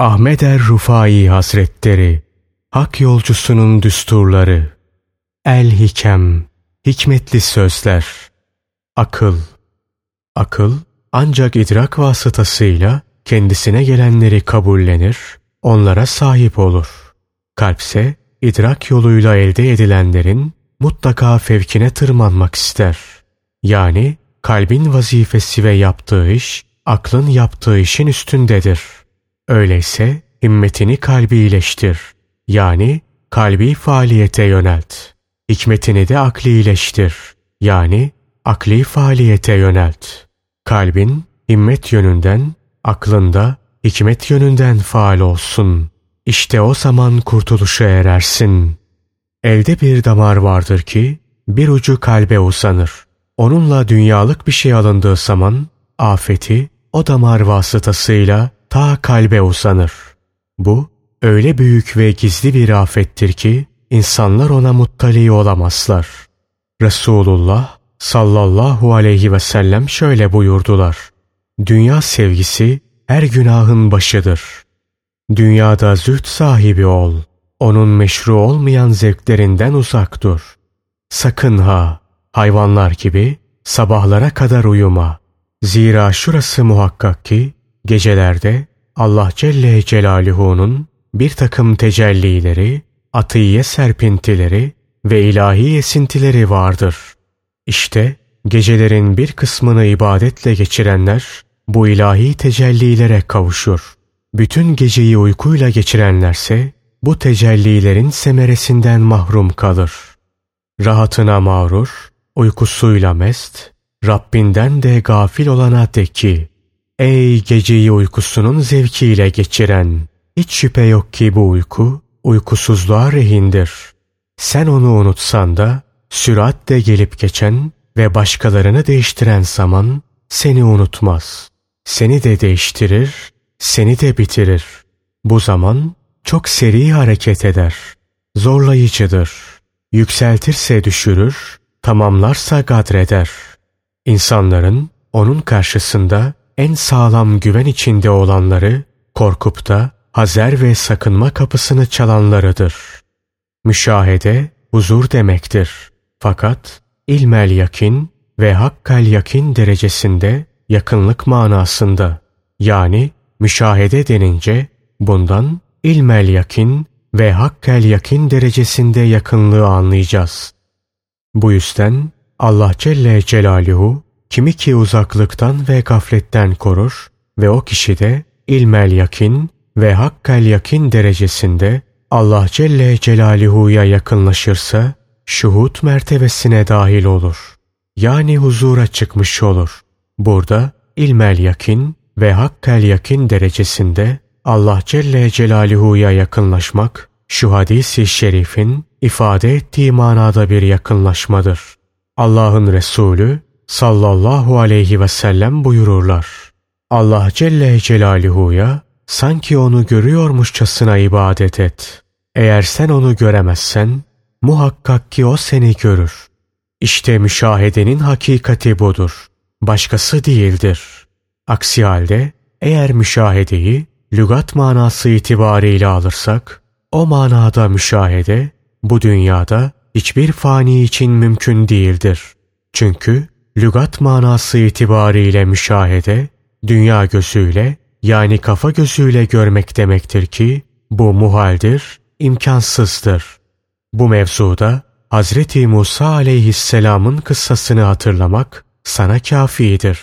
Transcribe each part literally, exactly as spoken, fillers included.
Ahmed er-Rufai Hazretleri, Hak Yolcusunun Düsturları. El-Hikem, hikmetli sözler. Akıl. Akıl, ancak idrak vasıtasıyla kendisine gelenleri kabullenir, onlara sahip olur. Kalpse, idrak yoluyla elde edilenlerin mutlaka fevkine tırmanmak ister. Yani, kalbin vazifesi ve yaptığı iş, aklın yaptığı işin üstündedir. Öyleyse, himmetini kalbileştir. Yani, kalbi faaliyete yönelt. Hikmetini de aklileştir. Yani, akli faaliyete yönelt. Kalbin, himmet yönünden, aklında, hikmet yönünden faal olsun. İşte o zaman kurtuluşa erersin. Elde bir damar vardır ki, bir ucu kalbe uzanır. Onunla dünyalık bir şey alındığı zaman, afeti o damar vasıtasıyla ta kalbe uzanır. Bu, öyle büyük ve gizli bir afettir ki, insanlar ona muttali olamazlar. Resulullah sallallahu aleyhi ve sellem şöyle buyurdular: Dünya sevgisi her günahın başıdır. Dünyada zühd sahibi ol. Onun meşru olmayan zevklerinden uzak dur. Sakın ha, hayvanlar gibi sabahlara kadar uyuma. Zira şurası muhakkak ki, gecelerde Allah Celle Celaluhu'nun bir takım tecellileri, atiyye serpintileri ve ilahi esintileri vardır. İşte gecelerin bir kısmını ibadetle geçirenler bu ilahi tecellilere kavuşur. Bütün geceyi uykuyla geçirenlerse bu tecellilerin semeresinden mahrum kalır. Rahatına mağrur, uykusuyla mest, Rabbinden de gafil olana de ki, ey geceyi uykusunun zevkiyle geçiren! Hiç şüphe yok ki bu uyku, uykusuzluğa rehindir. Sen onu unutsan da, süratle gelip geçen ve başkalarını değiştiren zaman seni unutmaz. Seni de değiştirir, seni de bitirir. Bu zaman çok seri hareket eder. Zorlayıcıdır. Yükseltirse düşürür, tamamlarsa gadreder. İnsanların onun karşısında en sağlam güven içinde olanları, korkup da hazer ve sakınma kapısını çalanlarıdır. Müşahede huzur demektir. Fakat ilmel yakin ve hakkal yakin derecesinde yakınlık manasında. Yani müşahede denince bundan ilmel yakin ve hakkal yakin derecesinde yakınlığı anlayacağız. Bu yüzden Allah Celle Celaluhu kimi ki uzaklıktan ve gafletten korur ve o kişi de ilmel yakin ve hakkal yakin derecesinde Allah Celle Celaluhu'ya yakınlaşırsa şuhud mertebesine dahil olur. Yani huzura çıkmış olur. Burada ilmel yakin ve hakkal yakin derecesinde Allah Celle Celaluhu'ya yakınlaşmak şu hadis-i şerifin ifade ettiği manada bir yakınlaşmadır. Allah'ın Resulü sallallahu aleyhi ve sellem buyururlar: Allah Celle Celaluhu'ya sanki onu görüyormuşçasına ibadet et. Eğer sen onu göremezsen muhakkak ki o seni görür. İşte müşahedenin hakikati budur. Başkası değildir. Aksi halde eğer müşahedeyi lügat manası itibariyle alırsak, o manada müşahede bu dünyada hiçbir fani için mümkün değildir. Çünkü lügat manası itibariyle müşahede, dünya gözüyle yani kafa gözüyle görmek demektir ki, bu muhaldir, imkansızdır. Bu mevzuda Hazreti Musa aleyhisselamın kıssasını hatırlamak sana kâfidir.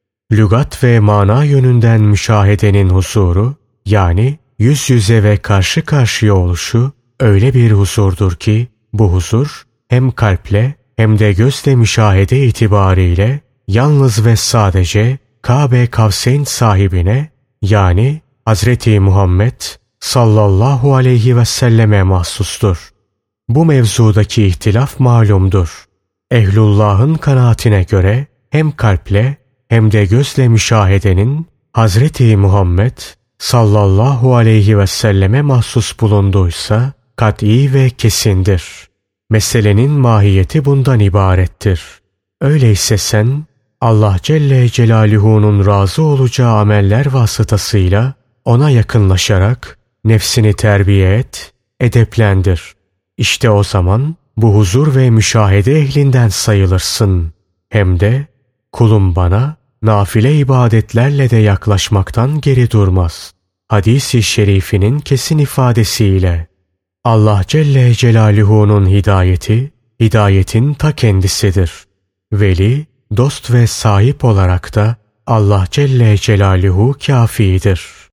Lügat ve mana yönünden müşahedenin huzuru, yani yüz yüze ve karşı karşıya oluşu öyle bir huzurdur ki, bu huzur hem kalple hem de gözle müşahede itibariyle yalnız ve sadece Kabe Kavseyn sahibine, yani Hazreti Muhammed sallallahu aleyhi ve selleme mahsustur. Bu mevzudaki ihtilaf malumdur. Ehlullah'ın kanaatine göre hem kalple hem de gözle müşahedenin Hazreti Muhammed sallallahu aleyhi ve selleme mahsus bulunduysa kat'i ve kesindir. Meselenin mahiyeti bundan ibarettir. Öyleyse sen Allah Celle Celaluhu'nun razı olacağı ameller vasıtasıyla ona yakınlaşarak nefsini terbiye et, edeplendir. İşte o zaman bu huzur ve müşahede ehlinden sayılırsın. Hem de kulum bana nafile ibadetlerle de yaklaşmaktan geri durmaz. Hadis-i şerifinin kesin ifadesiyle Allah Celle Celaluhu'nun hidayeti, hidayetin ta kendisidir. Veli, dost ve sahip olarak da Allah Celle Celaluhu kâfidir.